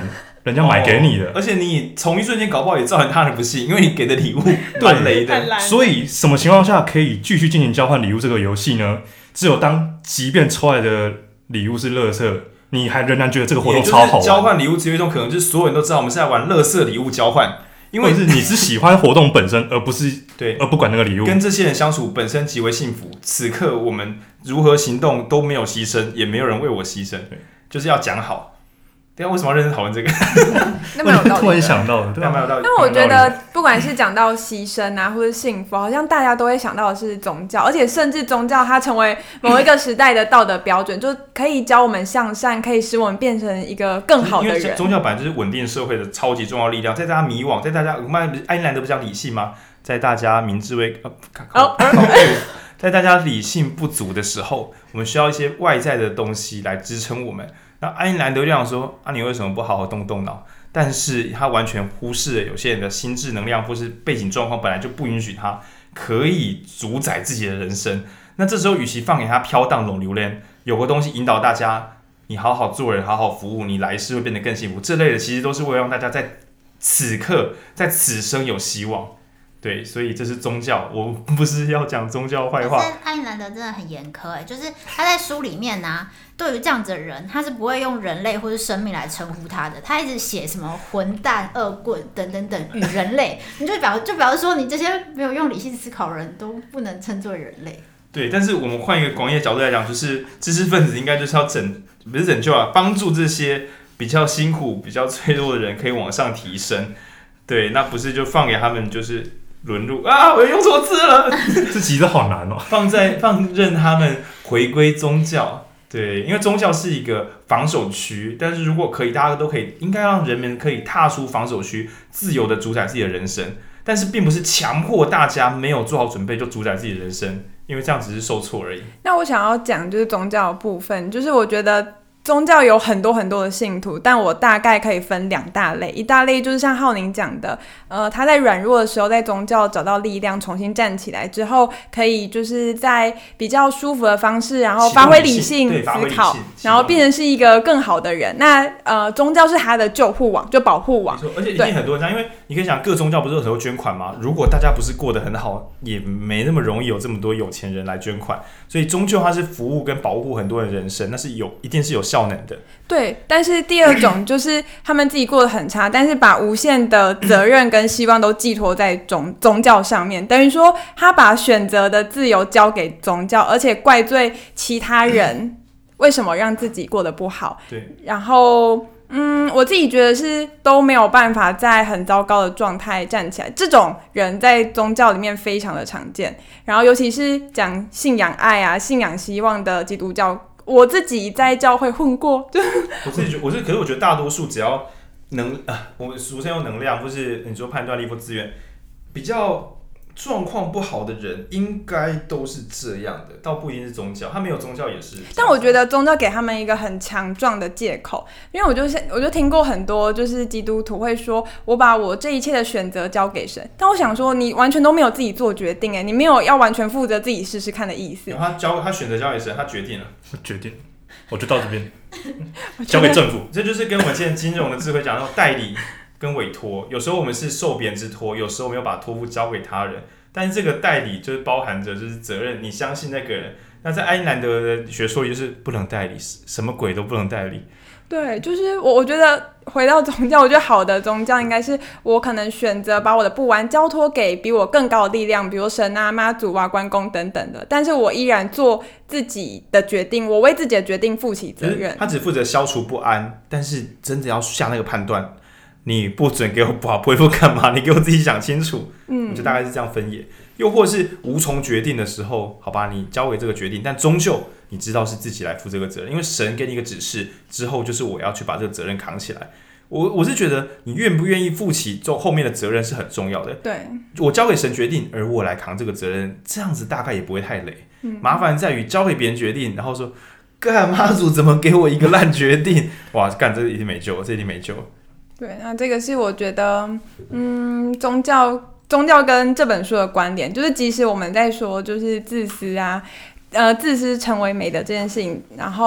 Speaker 4: 人家买给你的，
Speaker 1: 哦、而且你从一瞬间搞不好也造成他人不幸，因为你给的礼物蛮雷的。
Speaker 4: 所以什么情况下可以继续进行交换礼物这个游戏呢？只有当即便抽来的礼物是垃圾，你还仍然觉得这个活动超好玩。
Speaker 1: 交换礼物只有一种可能，就是所有人都知道我们是在玩垃圾礼物交换，因为
Speaker 4: 是你是喜欢活动本身，而不是
Speaker 1: 对，
Speaker 4: 而不管那个礼物。
Speaker 1: 跟这些人相处本身极为幸福，此刻我们如何行动都没有牺牲，也没有人为我牺牲，就是要讲好。对啊，为什么要认真讨论这个？
Speaker 2: 那蛮有道理的。
Speaker 4: 突然想到的，对啊，
Speaker 1: 蛮有道理。
Speaker 2: 但我觉得，不管是讲到牺牲啊，或者幸福，好像大家都会想到的是宗教，而且甚至宗教它成为某一个时代的道德标准，就可以教我们向善，可以使我们变成一个更好的人。
Speaker 1: 因为宗教本来就是稳定社会的超级重要力量，在大家迷惘，在大家我们爱因兰德不讲理性吗？在大家明智为呃，哦，在大家理性不足的时候，我们需要一些外在的东西来支撑我们。那爱因兰德就想说：“啊，你为什么不好好动动脑？”但是他完全忽视了有些人的心智能量或是背景状况本来就不允许他可以主宰自己的人生。那这时候，与其放给他飘荡拢流连，有个东西引导大家，你好好做人，好好服务，你来世会变得更幸福。这类的其实都是为了让大家在此刻、在此生有希望。对，所以这是宗教，我不是要讲宗教坏话。
Speaker 3: 可是爱因兰德真的很严苛哎，就是他在书里面呢、啊，对于这样子的人，他是不会用人类或是生命来称呼他的，他一直写什么混蛋、恶棍等等等与人类，你就表就表示说，你这些没有用理性思考的人都不能称作人类。
Speaker 1: 对，但是我们换一个广义的角度来讲，就是知识分子应该就是要拯，不是拯救啊，帮助这些比较辛苦、比较脆弱的人可以往上提升。对，那不是就放给他们就是沦入啊！我用错字了，
Speaker 4: 这其实好难哦。
Speaker 1: 放在放任他们回归宗教，对，因为宗教是一个防守区，但是如果可以，大家都可以，应该让人们可以踏出防守区，自由的主宰自己的人生。但是并不是强迫大家没有做好准备就主宰自己的人生，因为这样只是受挫而已。
Speaker 2: 那我想要讲就是宗教的部分，就是我觉得宗教有很多很多的信徒，但我大概可以分两大类。一大类就是像浩宁讲的，呃，他在软弱的时候，在宗教找到力量，重新站起来之后，可以就是在比较舒服的方式，然后发挥理性思考，然后变成是一个更好的人。那呃，宗教是他的救护网，就保护网。
Speaker 1: 而且一定很多人这样，因为你可以想，各宗教不是有时候捐款吗？如果大家不是过得很好，也没那么容易有这么多有钱人来捐款。所以终究它是服务跟保护很多人人生，那是有一定是有效能的。
Speaker 2: 对，但是第二种就是他们自己过得很差，但是把无限的责任跟希望都寄托在宗宗教上面，等于说他把选择的自由交给宗教，而且怪罪其他人为什么让自己过得不好。
Speaker 1: 对，
Speaker 2: 然后嗯，我自己觉得是都没有办法在很糟糕的状态站起来，这种人在宗教里面非常的常见。然后尤其是讲信仰爱啊、信仰希望的基督教，我自己在教会混过。
Speaker 1: 我自己觉得，我是，可是我觉得大多数只要能啊，我们俗称用能量，或是你说判断力或资源比较状况不好的人，应该都是这样的，倒不一定是宗教，他没有宗教也是。
Speaker 2: 但我觉得宗教给他们一个很强壮的借口，因为我就是我就听过很多就是基督徒会说，我把我这一切的选择交给神，但我想说，你完全都没有自己做决定，哎，你没有要完全负责自己试试看的意思。
Speaker 1: 他交他选择交给神，他决定了，
Speaker 4: 决定，我就到这边，交给政府。
Speaker 1: 这就是跟我们现在金融的智慧讲到代理跟委托，有时候我们是受别人之托，有时候我们要把托付交给他人，但是这个代理就是包含着就是责任，你相信那个人。那在爱因兰德的学说里就是不能代理，什么鬼都不能代理。
Speaker 2: 对，就是我我觉得回到宗教，我觉得好的宗教应该是我可能选择把我的不安交托给比我更高的力量，比如神啊、妈祖啊、关公等等的，但是我依然做自己的决定，我为自己的决定负起责任。
Speaker 1: 他只负责消除不安，但是真的要下那个判断，你不准给我把恢复干嘛？你给我自己想清楚。嗯，就大概是这样分野。又或是无从决定的时候，好吧，你交给这个决定，但终究你知道是自己来负这个责任，因为神给你一个指示之后，就是我要去把这个责任扛起来。我我是觉得你愿不愿意负起后面的责任是很重要的。
Speaker 2: 对，
Speaker 1: 我交给神决定，而我来扛这个责任，这样子大概也不会太累。嗯、麻烦在于交给别人决定，然后说干妈祖怎么给我一个烂决定？哇，干这一定没救，这一定没救。
Speaker 2: 对，那这个是我觉得，嗯，宗教。宗教跟这本书的观点，就是即使我们在说就是自私啊，呃，自私成为美德这件事情，然后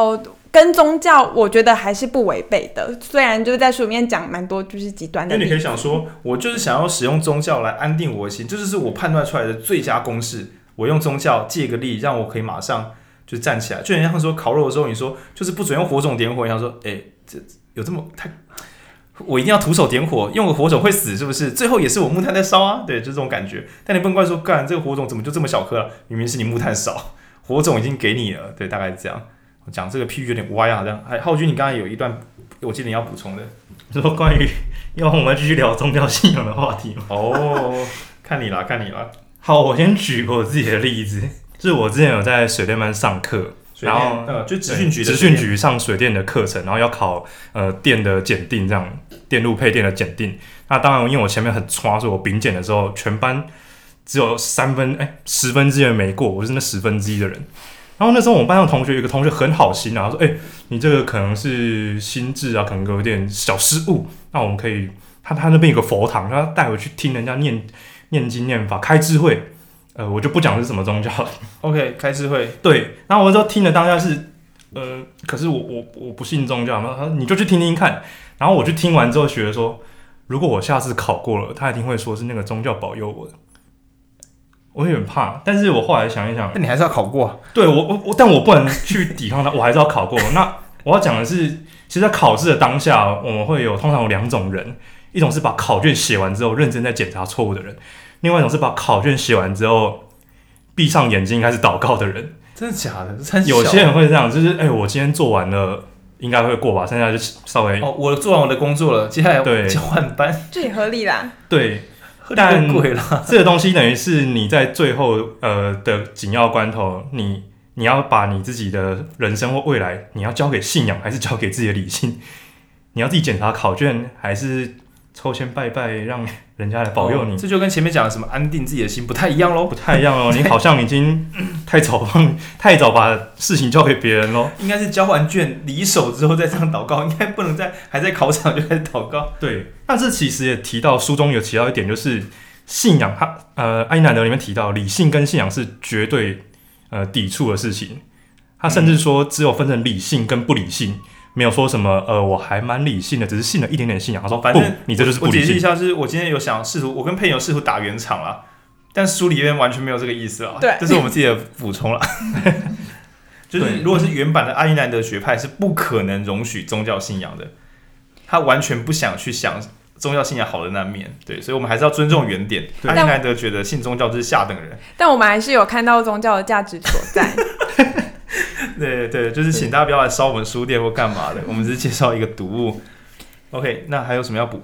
Speaker 2: 跟宗教我觉得还是不违背的，虽然就是在书里面讲蛮多就是极端的。
Speaker 1: 因为你可以想说，我就是想要使用宗教来安定我的心，这就是我判断出来的最佳公式。我用宗教借个力，让我可以马上就站起来。就很像说烤肉的时候，你说就是不准用火种点火，你想说，哎、欸，这有这么太，我一定要徒手点火，用个火种会死是不是？最后也是我木炭在烧啊，对，就这种感觉。但你不能怪说，干这个火种怎么就这么小颗了、啊？明明是你木炭少，火种已经给你了，对，大概是这样。我讲这个譬喻有点歪啊，这样。还浩君，你刚才有一段，我记得你要补充的，
Speaker 4: 说关于要我们继续聊宗教信仰的话题吗？
Speaker 1: 哦，看你啦，看你啦。
Speaker 4: 好，我先举个我自己的例子，就是我之前有在水电班上课，然后
Speaker 1: 呃，就职训局的
Speaker 4: 职训局上水电的课程，然后要考呃电的检定，这样电路配电的检定。那当然，因为我前面很差，所以我丙检的时候，全班只有三分哎十分之一没过，我是那十分之一的人。然后那时候我们班上同学有一个同学很好心啊，他说：“哎、欸，你这个可能是心智啊，可能有点小失误，那我们可以，他他那边有个佛堂，他带我去听人家念念经念法，开智慧。呃，我就不讲是什么宗教了。
Speaker 1: OK， 开智慧。
Speaker 4: 对，然后我就听了当下是，呃，可是我我我不信宗教，他你就去听听看。然后我去听完之后觉得说，如果我下次考过了，他一定会说是那个宗教保佑我的。”我有点怕，但是我后来想一想，
Speaker 1: 但你还是要考过、啊。
Speaker 4: 对我我我，但我不能去抵抗它，我还是要考过。那我要讲的是，其实，在考试的当下，我们会有通常有两种人，一种是把考卷写完之后认真在检查错误的人，另外一种是把考卷写完之后闭上眼睛开始祷告的人。
Speaker 1: 真的假的？这
Speaker 4: 有些人会这样，就是哎、欸，我今天做完了，应该会过吧，剩下就稍微
Speaker 1: 哦，我做完我的工作了，接下来
Speaker 4: 对
Speaker 1: 交换班，
Speaker 2: 这也合理啦。
Speaker 4: 对。但
Speaker 1: 贵了，
Speaker 4: 这个东西等于是你在最后呃的紧要关头，你你要把你自己的人生或未来，你要交给信仰，还是交给自己的理性？你要自己检查考卷，还是抽签拜拜，让人家来保佑你？
Speaker 1: 哦、这就跟前面讲的什么安定自己的心不太一样喽，
Speaker 4: 不太一样哦。你好像已经太早放太早把事情交给别人喽。
Speaker 1: 应该是交完卷离手之后再这样祷告，应该不能在还在考场就开始祷告。
Speaker 4: 对，但是其实也提到书中有提到一点，就是信仰，它呃，爱因兰德里面提到，理性跟信仰是绝对呃抵触的事情。他甚至说，只有分成理性跟不理性。没有说什么，呃，我还蛮理性的，只是信了一点点信仰。他说，
Speaker 1: 反正
Speaker 4: 你这就是不理性。
Speaker 1: 我解释一下，是我今天有想试图，我跟佩友试图打圆场啦，但书里面完全没有这个意思啦。
Speaker 2: 对，
Speaker 1: 这是我们自己的补充啦。就是如果是原版的爱因兰德学派，是不可能容许宗教信仰的，他完全不想去想宗教信仰好的那面。对，所以我们还是要尊重原点。爱因兰德觉得信宗教就是下等人，
Speaker 2: 但我们还是有看到宗教的价值所在。
Speaker 1: 对对，就是请大家不要来烧我们书店或干嘛的，我们只是介绍一个读物。OK， 那还有什么要补？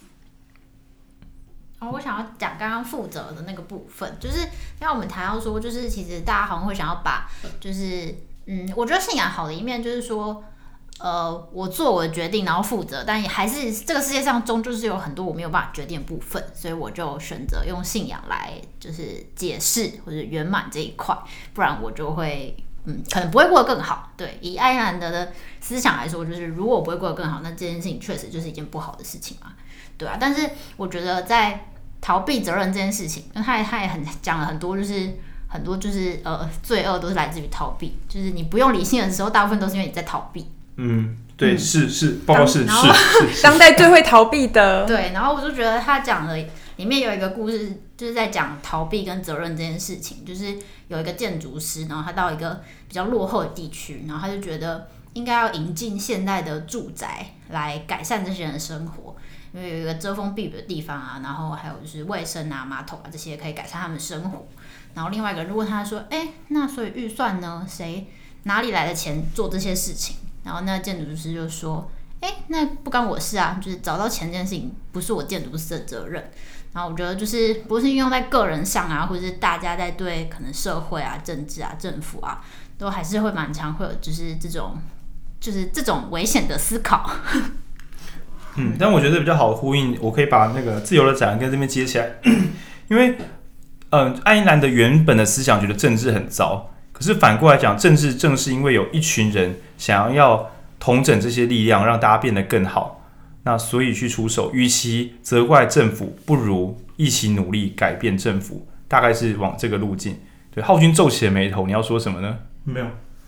Speaker 3: 哦，我想要讲刚刚负责的那个部分，就是让我们谈到说，就是其实大家好像会想要把，就是嗯，我觉得信仰好的一面就是说，呃，我做我的决定，然后负责，但也还是这个世界上终究是有很多我没有办法决定的部分，所以我就选择用信仰来就是解释或者圆满这一块，不然我就会。嗯，可能不会过得更好。对，以爱因兰德的思想来说，就是如果我不会过得更好，那这件事情确实就是一件不好的事情嘛，对啊。但是我觉得在逃避责任这件事情，那他也他也很讲了很多，就是很多就是呃罪恶都是来自于逃避，就是你不用理性的时候，大部分都是因为你在逃避。
Speaker 1: 嗯，对，嗯、是是，报告是是是，
Speaker 2: 当代最会逃避的。
Speaker 3: 对，然后我就觉得他讲的里面有一个故事，就是在讲逃避跟责任这件事情，就是有一个建筑师，然后他到一个比较落后的地区，然后他就觉得应该要引进现代的住宅来改善这些人的生活，因为有一个遮风避雨的地方啊，然后还有就是卫生啊、马桶啊这些可以改善他们的生活。然后另外一个人如果他说，哎，那所以预算呢？谁哪里来的钱做这些事情？然后那个建筑师就说，哎，那不干我事啊，就是找到钱这件事情不是我建筑师的责任。然后我觉得就是不是运用在个人上啊，或者是大家在对可能社会啊、政治啊、政府啊，都还是会蛮常会有就是这种就是这种危险的思考。
Speaker 1: 嗯，但我觉得比较好的呼应，我可以把那个自由的展跟这边接起来，因为嗯、呃，爱因兰德原本的思想觉得政治很糟，可是反过来讲，政治正是因为有一群人想要统整这些力量，让大家变得更好。那所以去出手，与其责怪政府，不如一起努力改变政府，大概是往这个路径。对，浩君皱起了眉头，你要说什么呢？
Speaker 4: 没有，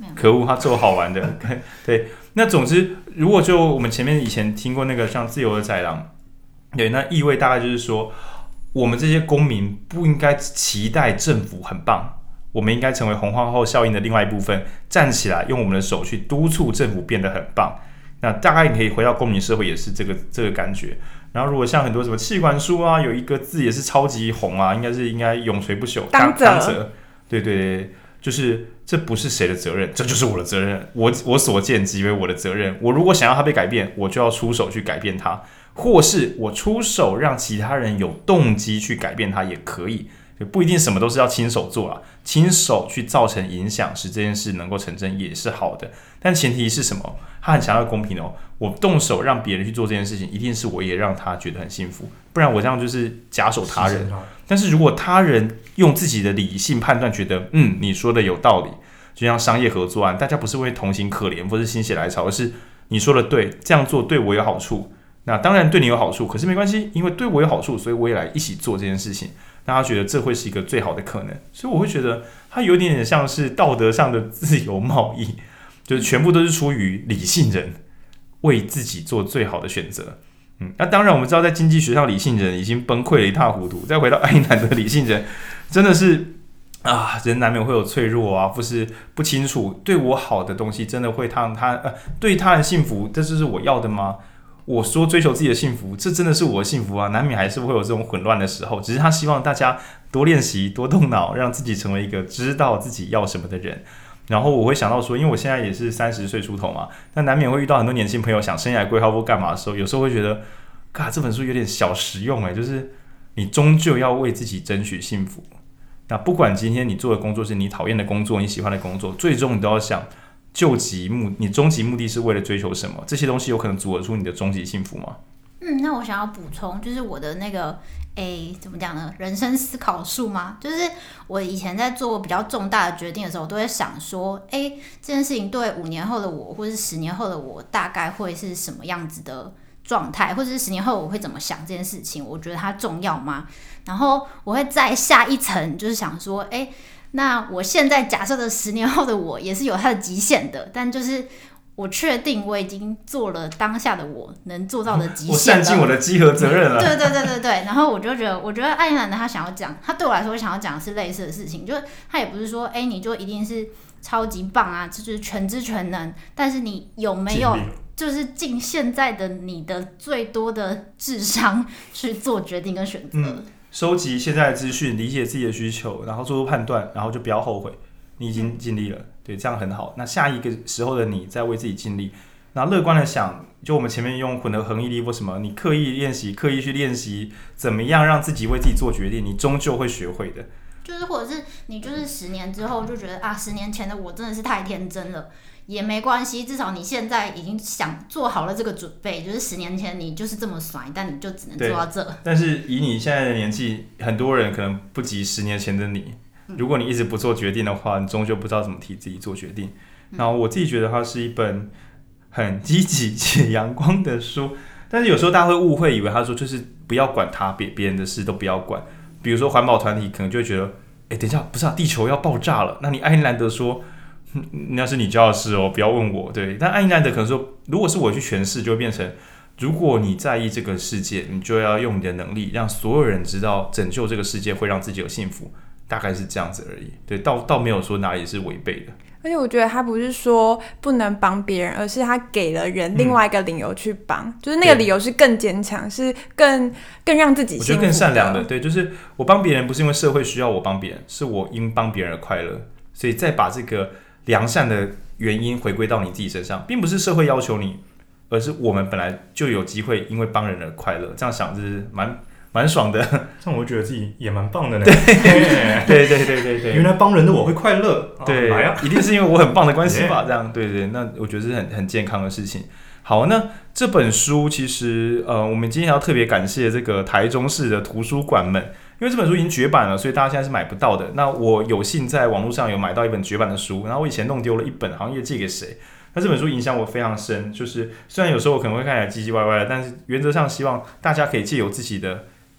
Speaker 1: 可恶，他做好玩的。对，那总之，如果就我们前面以前听过那个像自由的宰狼，对，那意味大概就是说，我们这些公民不应该期待政府很棒，我们应该成为红皇后效应的另外一部分，站起来用我们的手去督促政府变得很棒。那大概你可以回到公民社会也是这个这个感觉。然后如果像很多什么气管书啊，有一个字也是超级红啊，应该是应该永垂不朽，
Speaker 2: 当责。
Speaker 1: 当责，对对对，就是这不是谁的责任，这就是我的责任，我我所见即为我的责任。我如果想要它被改变，我就要出手去改变它，或是我出手让其他人有动机去改变它也可以。不一定什么都是要亲手做啦，亲手去造成影响，使这件事能够成真也是好的。但前提是什么？他很强调公平哦。我动手让别人去做这件事情，一定是我也让他觉得很幸福，不然我这样就是假手他人。但是如果他人用自己的理性判断，觉得嗯你说的有道理，就像商业合作案，大家不是会同情可怜或是心血来潮，而是你说的对，这样做对我有好处。那当然对你有好处，可是没关系，因为对我有好处，所以我也来一起做这件事情。让他觉得这会是一个最好的可能，所以我会觉得他有点点像是道德上的自由贸易，就是全部都是出于理性人为自己做最好的选择。嗯，那当然我们知道，在经济学上，理性人已经崩溃了一塌糊涂。再回到爱因兰德的理性人，真的是啊，人难免会有脆弱啊，或是不清楚对我好的东西，真的会让他呃对他人幸福，这就是我要的吗？我说追求自己的幸福，这真的是我的幸福啊！难免还是会有这种混乱的时候，只是他希望大家多练习、多动脑，让自己成为一个知道自己要什么的人。然后我会想到说，因为我现在也是三十岁出头嘛，那难免会遇到很多年轻朋友想生涯规划或干嘛的时候，有时候会觉得，嘎，这本书有点小实用哎，就是你终究要为自己争取幸福。那不管今天你做的工作是你讨厌的工作、你喜欢的工作，最终你都要想。究极目，你终极目的是为了追求什么？这些东西有可能组合出你的终极幸福吗？
Speaker 3: 嗯，那我想要补充，就是我的那个，诶，怎么讲呢？人生思考术吗？就是我以前在做比较重大的决定的时候，我都会想说，诶，这件事情对五年后的我，或是十年后的我，大概会是什么样子的状态，或者是十年后我会怎么想这件事情？我觉得它重要吗？然后我会再下一层，就是想说，诶。那我现在假设的十年后的我也是有它的极限的，但就是我确定我已经做了当下的我能做到的极限了，
Speaker 1: 我善尽我的稽核责任了。
Speaker 3: 对对对对对，然后我就觉得，我觉得爱因兰德他想要讲，他对我来说想要讲的是类似的事情，就是他也不是说，哎，你就一定是超级棒啊，就是全知全能，但是你有没有就是尽现在的你的最多的智商去做决定跟选择。嗯，
Speaker 1: 收集现在的资讯，理解自己的需求，然后做出判断，然后就不要后悔，你已经尽力了，对，这样很好。那下一个时候的你再为自己尽力，然后乐观的想，就我们前面用混合恒毅力或什么，你刻意练习，刻意去练习，怎么样让自己为自己做决定，你终究会学会的。
Speaker 3: 就是或者是你就是十年之后就觉得啊，十年前的我真的是太天真了。也没关系，至少你现在已经想做好了这个准备，就是十年前你就是这么甩，但你就只能做到这。
Speaker 1: 但是以你现在的年纪，很多人可能不及十年前的你。如果你一直不做决定的话，你终究不知道怎么替自己做决定。然后我自己觉得它是一本很积极且阳光的书，但是有时候大家会误会，以为他说就是不要管他，别别人的事都不要管。比如说环保团体可能就会觉得，哎，等一下，不是啊，地球要爆炸了。那你爱因兰德说。那是你教的事哦，不要问我。对，但爱因兰德可能说，如果是我去诠释，就会变成，如果你在意这个世界，你就要用你的能力，让所有人知道，拯救这个世界会让自己有幸福，大概是这样子而已。对，倒倒没有说哪里是违背的。
Speaker 2: 而且我觉得他不是说不能帮别人，而是他给了人另外一个理由去帮，嗯、就是那个理由是更坚强，是更更让自己幸福的，
Speaker 1: 我觉得更善良的。对，就是我帮别人不是因为社会需要我帮别人，是我因帮别人而快乐，所以再把这个。良善的原因回归到你自己身上，并不是社会要求你，而是我们本来就有机会因为帮人而快乐。这样想就是蛮蛮爽的，
Speaker 4: 这样我觉得自己也蛮棒的呢。
Speaker 1: 对对对对对对，
Speaker 4: 原来帮人的我会快乐，
Speaker 1: 对，
Speaker 4: 来啊，
Speaker 1: 一定是因为我很棒的关系吧？这样对对，那我觉得是很很健康的事情。好，那这本书其实呃，我们今天要特别感谢这个台中市的图书馆们。因为这本书已经绝版了，所以大家现在是买不到的。那我有幸在网络上有买到一本绝版的书，然后我以前弄丢了一本，好像也借给谁。那这本书影响我非常深，就是虽然有时候我可能会看起来唧唧歪歪的，但是原则上希望大家可以借由自己的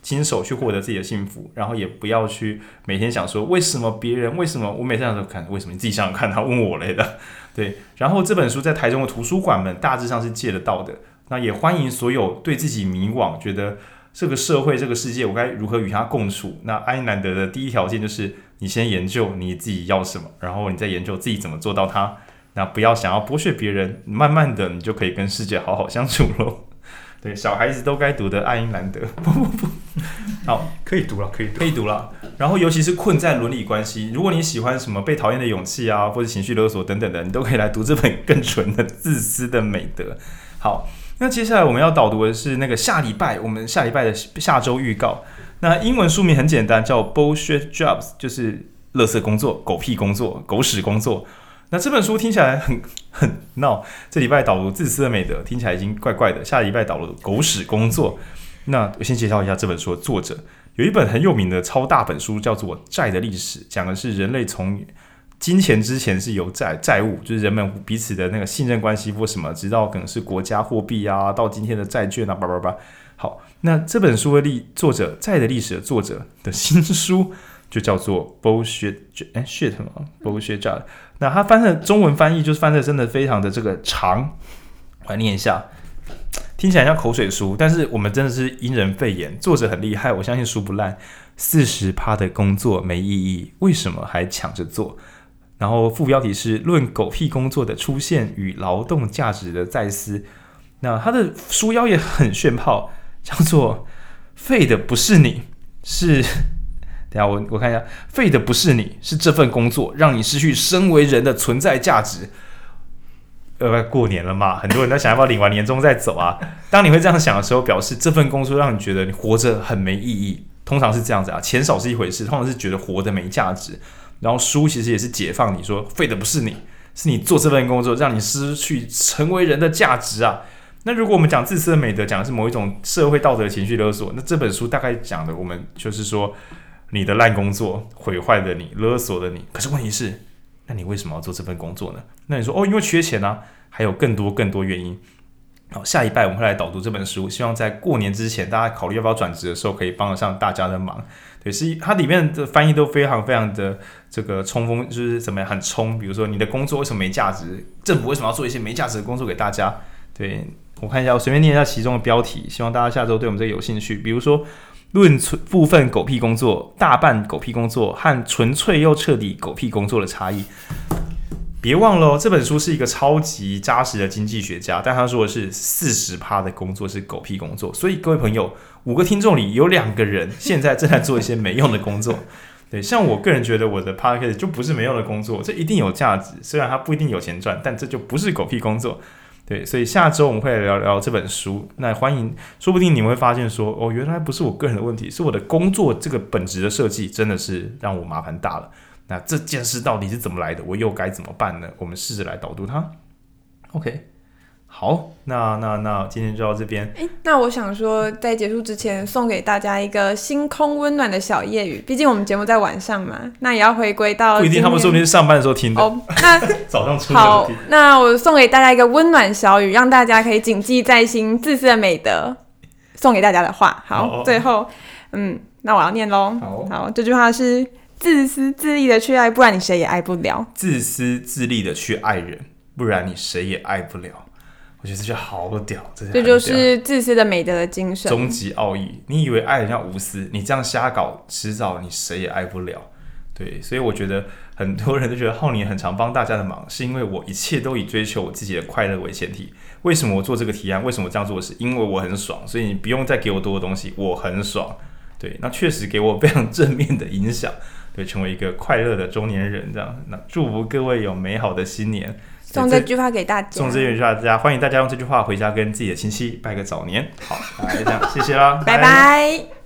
Speaker 1: 亲手去获得自己的幸福，然后也不要去每天想说为什么别人为什么我每天想说看为什么你自己想想看，他问我来的，对。然后这本书在台中的图书馆们大致上是借得到的，那也欢迎所有对自己迷惘，觉得这个社会这个世界我该如何与它共处。那爱因兰德的第一条件就是你先研究你自己要什么，然后你再研究自己怎么做到它。那不要想要剥削别人，慢慢的你就可以跟世界好好相处咯。对，小孩子都该读的爱因兰德，不不不，好，
Speaker 4: 可以读了，可以读，
Speaker 1: 可以读了。然后尤其是困在伦理关系，如果你喜欢什么被讨厌的勇气啊，或者情绪勒索等等的，你都可以来读这本更纯的自私的美德。好，那接下来我们要导读的是那个下礼拜我们下礼拜的下周预告。那英文书名很简单，叫 Bullshit Jobs， 就是垃圾工作、狗屁工作、狗屎工作。那这本书听起来很很闹，这礼拜导读自私的美德听起来已经怪怪的，下礼拜导读狗屎工作。那我先介绍一下这本书的作者，有一本很有名的超大本书叫做《债的历史》，讲的是人类从金钱之前是由债债务，就是人们彼此的那个信任关系或什么，直到可能是国家货币啊，到今天的债券啊，叭叭叭。好，那这本书的作者，《债的历史》的作者的新书就叫做 Bullshit， 哎 shit 吗 ？Bullshit Job。那他翻的中文翻译就是翻的真的非常的这个长，我来念一下，听起来像口水书，但是我们真的是因人肺炎，作者很厉害，我相信书不烂。四十趴的工作没意义，为什么还抢着做？然后副标题是论狗屁工作的出现与劳动价值的再思。那他的书腰也很炫炮，叫做废的不是你，是。等一下 我, 我看一下，废的不是你，是这份工作让你失去身为人的存在价值。呃，过年了嘛，很多人在想要不要领完年终再走啊。当你会这样想的时候，表示这份工作让你觉得你活着很没意义。通常是这样子啊，钱少是一回事，通常是觉得活得没价值。然后书其实也是解放你说，废的不是你，是你做这份工作让你失去成为人的价值啊。那如果我们讲自私的美德，讲的是某一种社会道德的情绪勒索，那这本书大概讲的我们就是说。你的烂工作毁坏了你，勒索了你。可是问题是，那你为什么要做这份工作呢？那你说哦，因为缺钱啊，还有更多更多原因。好，下礼拜我们会来导读这本书，希望在过年之前，大家考虑要不要转职的时候，可以帮得上大家的忙。对，是它里面的翻译都非常非常的这个冲锋，就是怎么样很冲。比如说你的工作为什么没价值？政府为什么要做一些没价值的工作给大家？对，我看一下，我随便念一下其中的标题，希望大家下周对我们这个有兴趣。比如说。论部分狗屁工作、大半狗屁工作和纯粹又彻底狗屁工作的差异。别忘了、哦，这本书是一个超级扎实的经济学家，但他说的是 百分之四十 的工作是狗屁工作。所以各位朋友，五个听众里有两个人现在正在做一些没用的工作。对，像我个人觉得我的 podcast 就不是没用的工作，这一定有价值，虽然它不一定有钱赚，但这就不是狗屁工作。对，所以下周我们会来聊聊这本书。那欢迎，说不定你们会发现说，哦，原来不是我个人的问题，是我的工作这个本质的设计真的是让我麻烦大了。那这件事到底是怎么来的？我又该怎么办呢？我们试着来导读它。OK， 好，那那那今天就到这边。
Speaker 2: 诶，那我想说，在结束之前送给大家一个星空温暖的小夜语。毕竟我们节目在晚上嘛，那也要回归到
Speaker 1: 不一定，他们说不定是上班的时候听的。
Speaker 2: 哦，那
Speaker 4: 早上出
Speaker 2: 好，那我送给大家一个温暖小语，让大家可以谨记在心，自私的美德。送给大家的话，好，哦、最后，嗯，那我要念喽。
Speaker 1: 好，
Speaker 2: 好，这句话是自私自利的去爱，不然你谁也爱不了。
Speaker 1: 自私自利的去爱人，不然你谁也爱不了。我觉得这句好屌，这,
Speaker 2: 这就是自私的美德的精神，
Speaker 1: 终极奥义。你以为爱人要无私，你这样瞎搞，迟早你谁也爱不了。对，所以我觉得很多人都觉得浩年很常帮大家的忙，是因为我一切都以追求我自己的快乐为前提。为什么我做这个提案？为什么我这样做的是？因为我很爽，所以你不用再给我多的东西，我很爽。对，那确实给我非常正面的影响，对，成为一个快乐的中年人这样。那祝福各位有美好的新年。
Speaker 2: 送这句话给大家，
Speaker 1: 送这句话给大家，欢迎大家用这句话回家跟自己的亲戚拜个早年。好，来这样，谢谢啦，
Speaker 2: 拜拜。